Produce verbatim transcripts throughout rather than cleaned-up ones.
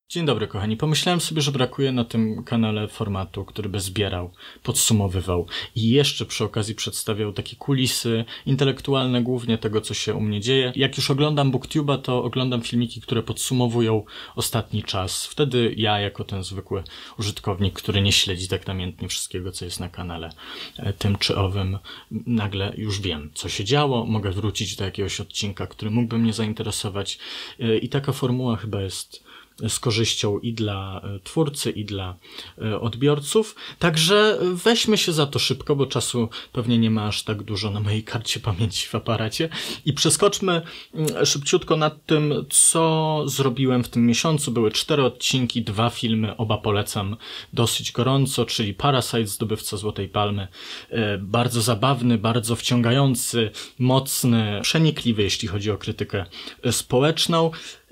Dzień dobry, kochani. Pomyślałem sobie, że brakuje na tym kanale formatu, który by zbierał, podsumowywał i jeszcze przy okazji przedstawiał takie kulisy intelektualne głównie tego, co się u mnie dzieje. Jak już oglądam BookTube'a, to oglądam filmiki, które podsumowują ostatni czas. Wtedy ja, jako ten zwykły użytkownik, który nie śledzi tak namiętnie wszystkiego, co jest na kanale tym czy owym, nagle już wiem, co się działo. Mogę wrócić do jakiegoś odcinka, który mógłby mnie zainteresować i taka formuła chyba jest z korzyścią i dla twórcy, i dla odbiorców. Także weźmy się za to szybko, bo czasu pewnie nie ma aż tak dużo na mojej karcie pamięci w aparacie. I przeskoczmy szybciutko nad tym, co zrobiłem w tym miesiącu. Były cztery odcinki, dwa filmy, oba polecam dosyć gorąco, czyli Parasite, zdobywca Złotej Palmy. Bardzo zabawny, bardzo wciągający, mocny, przenikliwy, jeśli chodzi o krytykę społeczną.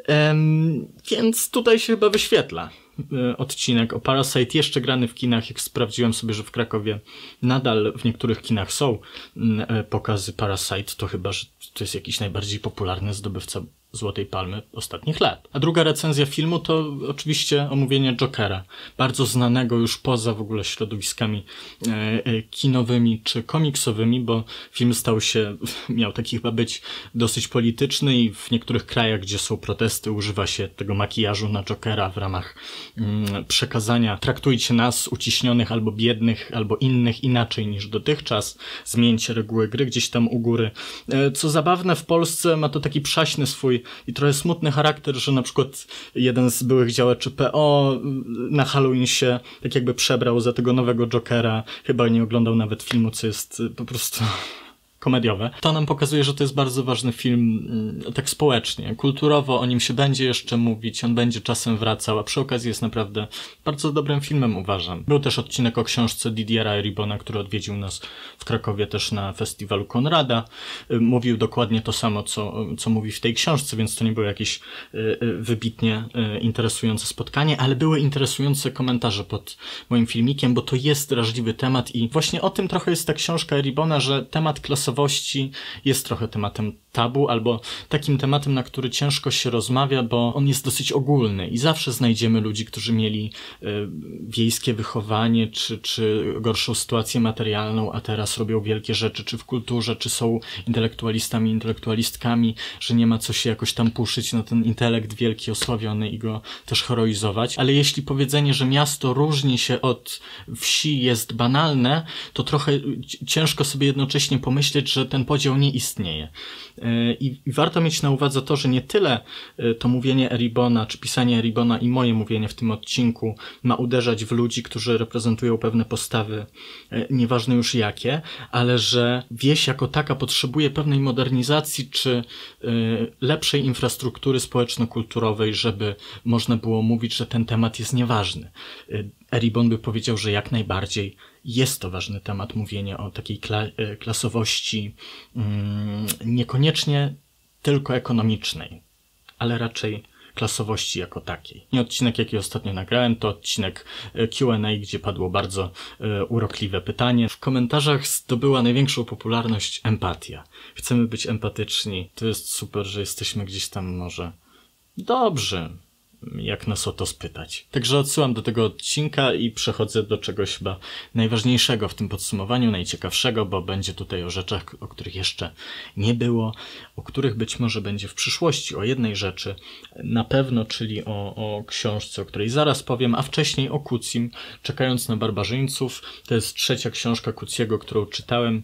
Um, więc tutaj się chyba wyświetla y, odcinek o Parasite, jeszcze grany w kinach, jak sprawdziłem sobie, że w Krakowie nadal w niektórych kinach są y, pokazy Parasite, to chyba, że to jest jakiś najbardziej popularny zdobywca Złotej Palmy ostatnich lat. A druga recenzja filmu to oczywiście omówienie Jokera, bardzo znanego już poza w ogóle środowiskami e, e, kinowymi czy komiksowymi, bo film stał się, miał taki chyba być dosyć polityczny i w niektórych krajach, gdzie są protesty, używa się tego makijażu na Jokera w ramach mm, przekazania traktujcie nas, uciśnionych albo biednych, albo innych inaczej niż dotychczas, zmieńcie reguły gry gdzieś tam u góry. E, co zabawne, w Polsce ma to taki przaśny swój i trochę smutny charakter, że na przykład jeden z byłych działaczy P O na Halloween się tak jakby przebrał za tego nowego Jokera. Chyba nie oglądał nawet filmu, co jest po prostu komediowe. To nam pokazuje, że to jest bardzo ważny film tak społecznie, kulturowo, o nim się będzie jeszcze mówić, on będzie czasem wracał, a przy okazji jest naprawdę bardzo dobrym filmem, uważam. Był też odcinek o książce Didiera Eribona, który odwiedził nas w Krakowie też na festiwalu Konrada. Mówił dokładnie to samo, co, co mówi w tej książce, więc to nie było jakieś wybitnie interesujące spotkanie, ale były interesujące komentarze pod moim filmikiem, bo to jest drażliwy temat i właśnie o tym trochę jest ta książka Eribona, że temat klasowy jest trochę tematem tabu, albo takim tematem, na który ciężko się rozmawia, bo on jest dosyć ogólny i zawsze znajdziemy ludzi, którzy mieli y, wiejskie wychowanie, czy, czy gorszą sytuację materialną, a teraz robią wielkie rzeczy, czy w kulturze, czy są intelektualistami, intelektualistkami, że nie ma co się jakoś tam puszyć na ten intelekt wielki, osławiony i go też heroizować. Ale jeśli powiedzenie, że miasto różni się od wsi jest banalne, to trochę ciężko sobie jednocześnie pomyśleć, że ten podział nie istnieje. I, I warto mieć na uwadze to, że nie tyle to mówienie Eribona, czy pisanie Eribona i moje mówienie w tym odcinku ma uderzać w ludzi, którzy reprezentują pewne postawy, nieważne już jakie, ale że wieś jako taka potrzebuje pewnej modernizacji, czy lepszej infrastruktury społeczno-kulturowej, żeby można było mówić, że ten temat jest nieważny. Eribon by powiedział, że jak najbardziej jest to ważny temat, mówienie o takiej kla- klasowości, mm, niekoniecznie tylko ekonomicznej, ale raczej klasowości jako takiej. I odcinek, jaki ostatnio nagrałem, to odcinek Q and A, gdzie padło bardzo e, urokliwe pytanie. W komentarzach zdobyła największą popularność empatia. Chcemy być empatyczni. To jest super, że jesteśmy gdzieś tam może dobrzy, jak nas o to spytać. Także odsyłam do tego odcinka i przechodzę do czegoś chyba najważniejszego w tym podsumowaniu, najciekawszego, bo będzie tutaj o rzeczach, o których jeszcze nie było, o których być może będzie w przyszłości. O jednej rzeczy na pewno, czyli o, o książce, o której zaraz powiem, a wcześniej o Kucim, Czekając na barbarzyńców. To jest trzecia książka Kuciego, którą czytałem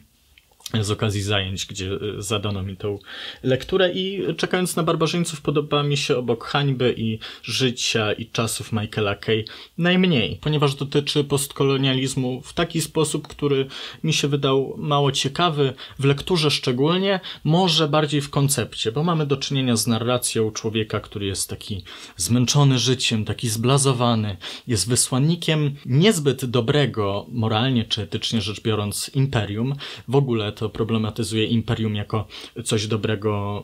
z okazji zajęć, gdzie zadano mi tą lekturę i Czekając na barbarzyńców podoba mi się obok Hańby i Życia i Czasów Michaela Kay najmniej, ponieważ dotyczy postkolonializmu w taki sposób, który mi się wydał mało ciekawy, w lekturze szczególnie, może bardziej w koncepcie, bo mamy do czynienia z narracją człowieka, który jest taki zmęczony życiem, taki zblazowany, jest wysłannikiem niezbyt dobrego, moralnie czy etycznie rzecz biorąc, imperium. W ogóle to problematyzuje imperium jako coś dobrego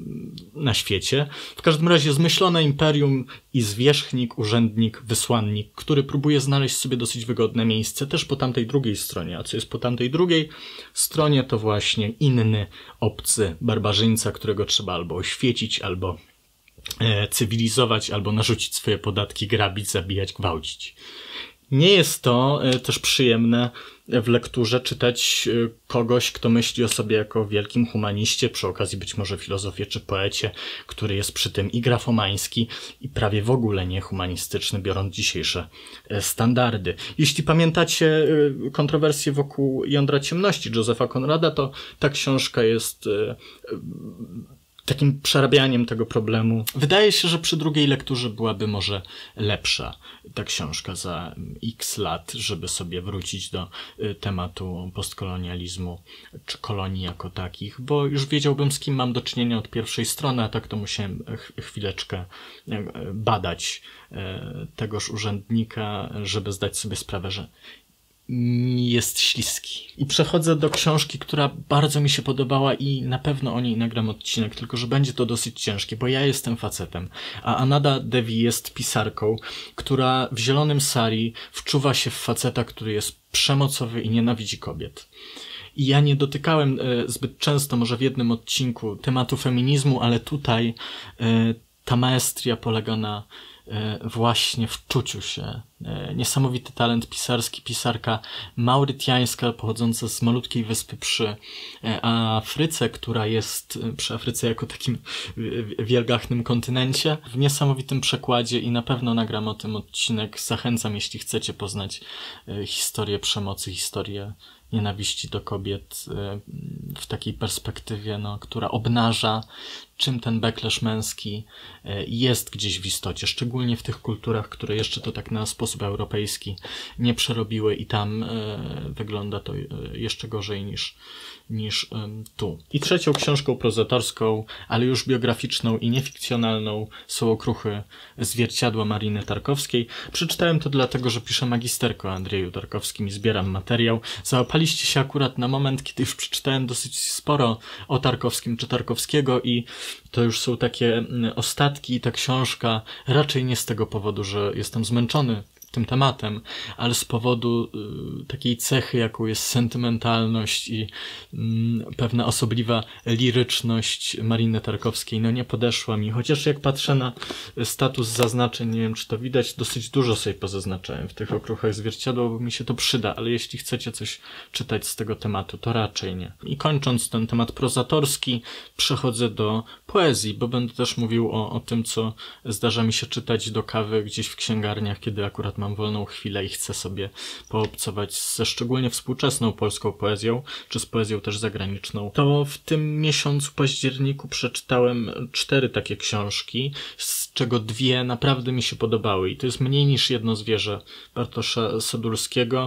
na świecie. W każdym razie zmyślone imperium i zwierzchnik, urzędnik, wysłannik, który próbuje znaleźć sobie dosyć wygodne miejsce też po tamtej drugiej stronie. A co jest po tamtej drugiej stronie, to właśnie inny, obcy barbarzyńca, którego trzeba albo oświecić, albo cywilizować albo narzucić swoje podatki, grabić, zabijać, gwałcić. Nie jest to też przyjemne w lekturze czytać kogoś, kto myśli o sobie jako wielkim humaniście, przy okazji być może filozofie czy poecie, który jest przy tym i grafomański, i prawie w ogóle nie humanistyczny, biorąc dzisiejsze standardy. Jeśli pamiętacie kontrowersje wokół Jądra Ciemności Josepha Conrada, to ta książka jest takim przerabianiem tego problemu. Wydaje się, że przy drugiej lekturze byłaby może lepsza ta książka za x lat, żeby sobie wrócić do tematu postkolonializmu czy kolonii jako takich, bo już wiedziałbym, z kim mam do czynienia od pierwszej strony, a tak to musiałem chwileczkę badać tegoż urzędnika, żeby zdać sobie sprawę, że jest śliski. I przechodzę do książki, która bardzo mi się podobała i na pewno o niej nagram odcinek, tylko że będzie to dosyć ciężkie, bo ja jestem facetem, a Anada Devi jest pisarką, która w Zielonym Sari wczuwa się w faceta, który jest przemocowy i nienawidzi kobiet. I ja nie dotykałem e, zbyt często, może w jednym odcinku, tematu feminizmu, ale tutaj e, ta maestria polega na właśnie w czuciu się. Niesamowity talent pisarski, pisarka maurytiańska, pochodząca z malutkiej wyspy przy Afryce, która jest przy Afryce jako takim wielgachnym kontynencie, w niesamowitym przekładzie i na pewno nagram o tym odcinek. Zachęcam, jeśli chcecie poznać historię przemocy, historię nienawiści do kobiet w takiej perspektywie, no, która obnaża, czym ten backlash męski jest gdzieś w istocie, szczególnie w tych kulturach, które jeszcze to tak na sposób europejski nie przerobiły i tam wygląda to jeszcze gorzej niż, niż tu. I trzecią książką prozatorską, ale już biograficzną i niefikcjonalną są Okruchy zwierciadła Mariny Tarkowskiej. Przeczytałem to dlatego, że piszę magisterkę o Andrzeju Tarkowskim i zbieram materiał. Załapaliście się akurat na moment, kiedy już przeczytałem dosyć sporo o Tarkowskim czy Tarkowskiego i to już są takie ostatki i ta książka raczej nie z tego powodu, że jestem zmęczony tym tematem, ale z powodu y, takiej cechy, jaką jest sentymentalność i y, pewna osobliwa liryczność Mariny Tarkowskiej, no nie podeszła mi. Chociaż jak patrzę na status zaznaczeń, nie wiem czy to widać, dosyć dużo sobie pozaznaczałem w tych okruchach zwierciadła, bo mi się to przyda, ale jeśli chcecie coś czytać z tego tematu, to raczej nie. I kończąc ten temat prozatorski, przechodzę do poezji, bo będę też mówił o, o tym, co zdarza mi się czytać do kawy gdzieś w księgarniach, kiedy akurat mam wolną chwilę i chcę sobie poobcować ze szczególnie współczesną polską poezją, czy z poezją też zagraniczną. To w tym miesiącu październiku przeczytałem cztery takie książki, z czego dwie naprawdę mi się podobały i to jest Mniej niż jedno zwierzę Bartosza Sadulskiego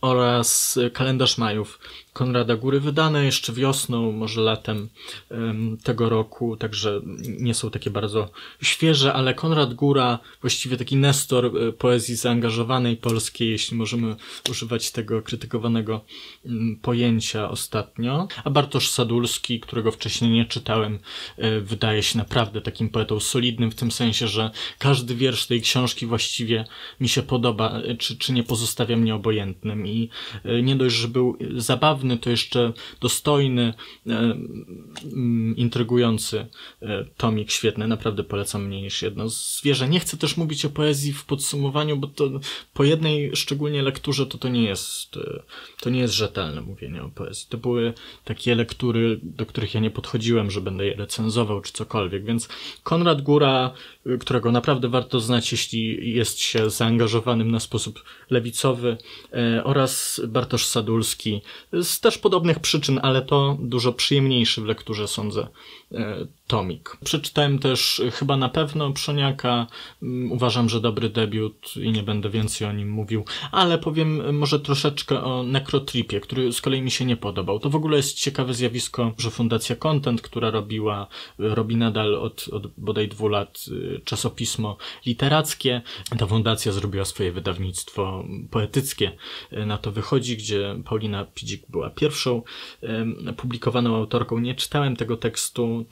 oraz Kalendarz Majów Konrada Góry, wydane jeszcze wiosną, może latem um, tego roku, także nie są takie bardzo świeże, ale Konrad Góra, właściwie taki nestor poezji zaangażowanej polskiej, jeśli możemy używać tego krytykowanego um, pojęcia ostatnio, a Bartosz Sadulski, którego wcześniej nie czytałem, y, wydaje się naprawdę takim poetą solidnym, w tym sensie, że każdy wiersz tej książki właściwie mi się podoba, czy, czy nie pozostawia mnie obojętnym i y, nie dość, że był zabawny, to jeszcze dostojny, e, intrygujący e, tomik, świetny, naprawdę polecam Mniej niż jedno zwierzę. Nie chcę też mówić o poezji w podsumowaniu, bo to po jednej szczególnie lekturze to to nie jest e, to nie jest rzetelne mówienie o poezji. To były takie lektury, do których ja nie podchodziłem, że będę je recenzował czy cokolwiek, więc Konrad Góra, którego naprawdę warto znać, jeśli jest się zaangażowanym na sposób lewicowy, e, oraz Bartosz Sadulski z też podobnych przyczyn, ale to dużo przyjemniejszy w lekturze, sądzę, e, tomik. Przeczytałem też chyba na pewno Przoniaka. Uważam, że dobry debiut i nie będę więcej o nim mówił, ale powiem może troszeczkę o Necrotripie, który z kolei mi się nie podobał. To w ogóle jest ciekawe zjawisko, że Fundacja Content, która robiła, robi nadal od, od bodaj dwóch lat czasopismo literackie. Ta fundacja zrobiła swoje wydawnictwo poetyckie. Na to wychodzi, gdzie Paulina Pidzik była pierwszą publikowaną autorką. Nie czytałem tego tekstu, tej książki,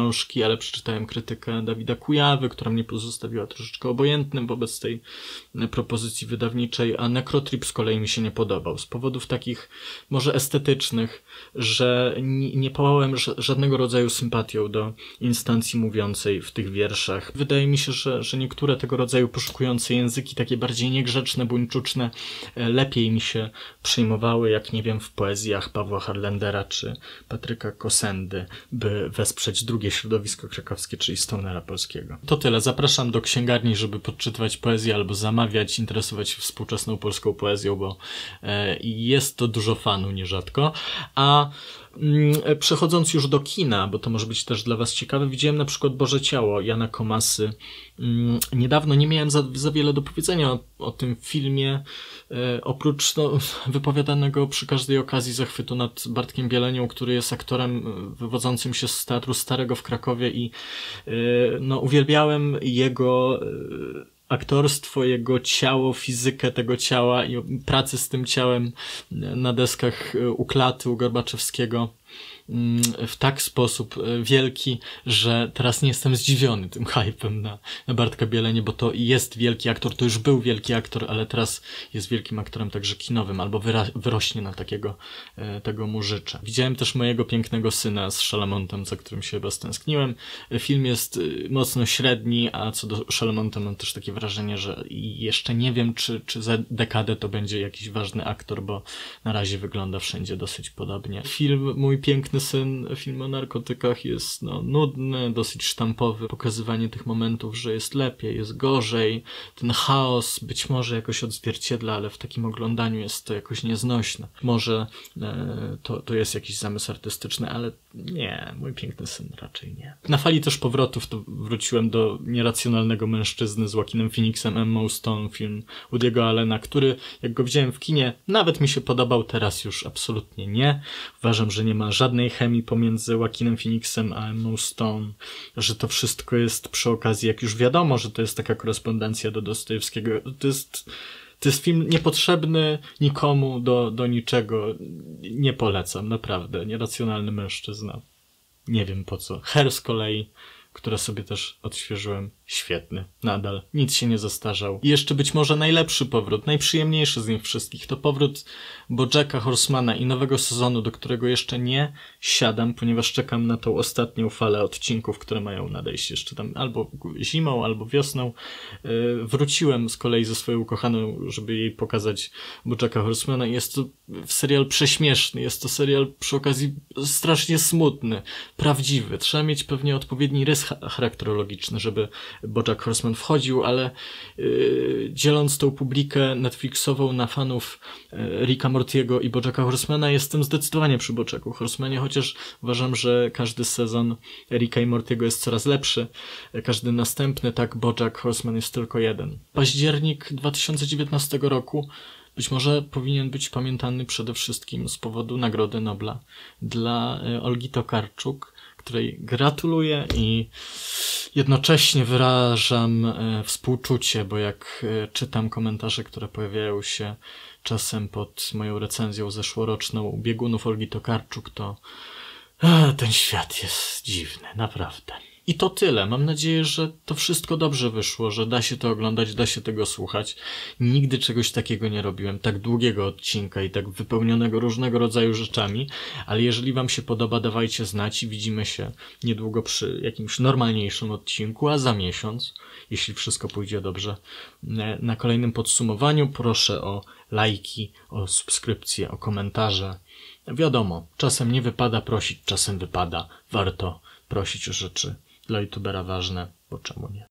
książki, ale przeczytałem krytykę Dawida Kujawy, która mnie pozostawiła troszeczkę obojętnym wobec tej propozycji wydawniczej, a Necrotrip z kolei mi się nie podobał. Z powodów takich może estetycznych, że nie, nie pałałem żadnego rodzaju sympatią do instancji mówiącej w tych wierszach. Wydaje mi się, że, że niektóre tego rodzaju poszukujące języki, takie bardziej niegrzeczne, buńczuczne, lepiej mi się przyjmowały, jak nie wiem, w poezjach Pawła Harlendera czy Patryka Kosendy, by wesprzeć drugie środowisko krakowskie, czyli Stonera polskiego. To tyle. Zapraszam do księgarni, żeby podczytywać poezję albo zamawiać, interesować się współczesną polską poezją, bo e, jest to dużo fanu nierzadko. A mm, przechodząc już do kina, bo to może być też dla was ciekawe, widziałem na przykład Boże Ciało Jana Komasy. Mm, niedawno nie miałem za, za wiele do powiedzenia o, o tym filmie, e, oprócz no, wypowiadanego przy każdej okazji zachwytu nad Bartkiem Bielenią, który jest aktorem wywodzącym się z Teatru Starego w Krakowie i e, no, uwielbiałem jego e, aktorstwo, jego ciało, fizykę tego ciała i pracy z tym ciałem na deskach u Klaty, u Gorbaczewskiego w tak sposób wielki, że teraz nie jestem zdziwiony tym hypem na, na Bartka Bielenię, bo to jest wielki aktor, to już był wielki aktor, ale teraz jest wielkim aktorem także kinowym, albo wyra- wyrośnie na takiego, tego mu życzę. Widziałem też Mojego pięknego syna z Szalamontem, za którym się chyba stęskniłem. Film jest mocno średni, a co do Szalamonta mam też takie wrażenie, że jeszcze nie wiem, czy, czy za dekadę to będzie jakiś ważny aktor, bo na razie wygląda wszędzie dosyć podobnie. Film Mój piękny syn, film o narkotykach jest no, nudny, dosyć sztampowy. Pokazywanie tych momentów, że jest lepiej, jest gorzej. Ten chaos być może jakoś odzwierciedla, ale w takim oglądaniu jest to jakoś nieznośne. Może e, to, to jest jakiś zamysł artystyczny, ale nie, Mój piękny syn raczej nie. Na fali też powrotów to wróciłem do Nieracjonalnego mężczyzny z Joaquinem Phoenixem, Emmą Stone, film Woody'ego Allena, który jak go widziałem w kinie, nawet mi się podobał, teraz już absolutnie nie. Uważam, że nie ma żadnej chemii pomiędzy Joaquinem Phoenixem a Emmą Stone, że to wszystko jest przy okazji, jak już wiadomo, że to jest taka korespondencja do Dostojewskiego. To jest, to jest film niepotrzebny nikomu, do, do niczego. Nie polecam, naprawdę. Nieracjonalny mężczyzna. Nie wiem po co. Her z kolei, które sobie też odświeżyłem. Świetny. Nadal. Nic się nie zastarzał. I jeszcze być może najlepszy powrót, najprzyjemniejszy z nich wszystkich, to powrót BoJacka Horsemana i nowego sezonu, do którego jeszcze nie siadam, ponieważ czekam na tą ostatnią falę odcinków, które mają nadejść jeszcze tam albo zimą, albo wiosną. Yy, wróciłem z kolei ze swoją ukochaną, żeby jej pokazać BoJacka Horsemana i jest to serial prześmieszny, jest to serial przy okazji strasznie smutny, prawdziwy. Trzeba mieć pewnie odpowiedni rys charakterologiczny, żeby BoJack Horseman wchodził, ale yy, dzieląc tą publikę Netflixową na fanów yy, Ricka Mortiego i BoJacka Horsemana, jestem zdecydowanie przy BoJacku Horsemanie, chociaż uważam, że każdy sezon Ricka i Mortiego jest coraz lepszy. Każdy następny, tak, BoJack Horseman jest tylko jeden. Październik dwa tysiące dziewiętnastego roku być może powinien być pamiętany przede wszystkim z powodu Nagrody Nobla dla yy, Olgi Tokarczuk, której gratuluję i jednocześnie wyrażam e, współczucie, bo jak e, czytam komentarze, które pojawiają się czasem pod moją recenzją zeszłoroczną biegunów Olgi Tokarczuk, to e, ten świat jest dziwny, naprawdę. I to tyle. Mam nadzieję, że to wszystko dobrze wyszło, że da się to oglądać, da się tego słuchać. Nigdy czegoś takiego nie robiłem, tak długiego odcinka i tak wypełnionego różnego rodzaju rzeczami, ale jeżeli wam się podoba, dawajcie znać i widzimy się niedługo przy jakimś normalniejszym odcinku, a za miesiąc, jeśli wszystko pójdzie dobrze, na kolejnym podsumowaniu proszę o lajki, o subskrypcje, o komentarze. Wiadomo, czasem nie wypada prosić, czasem wypada. Warto prosić o rzeczy dla youtubera ważne, bo czemu nie?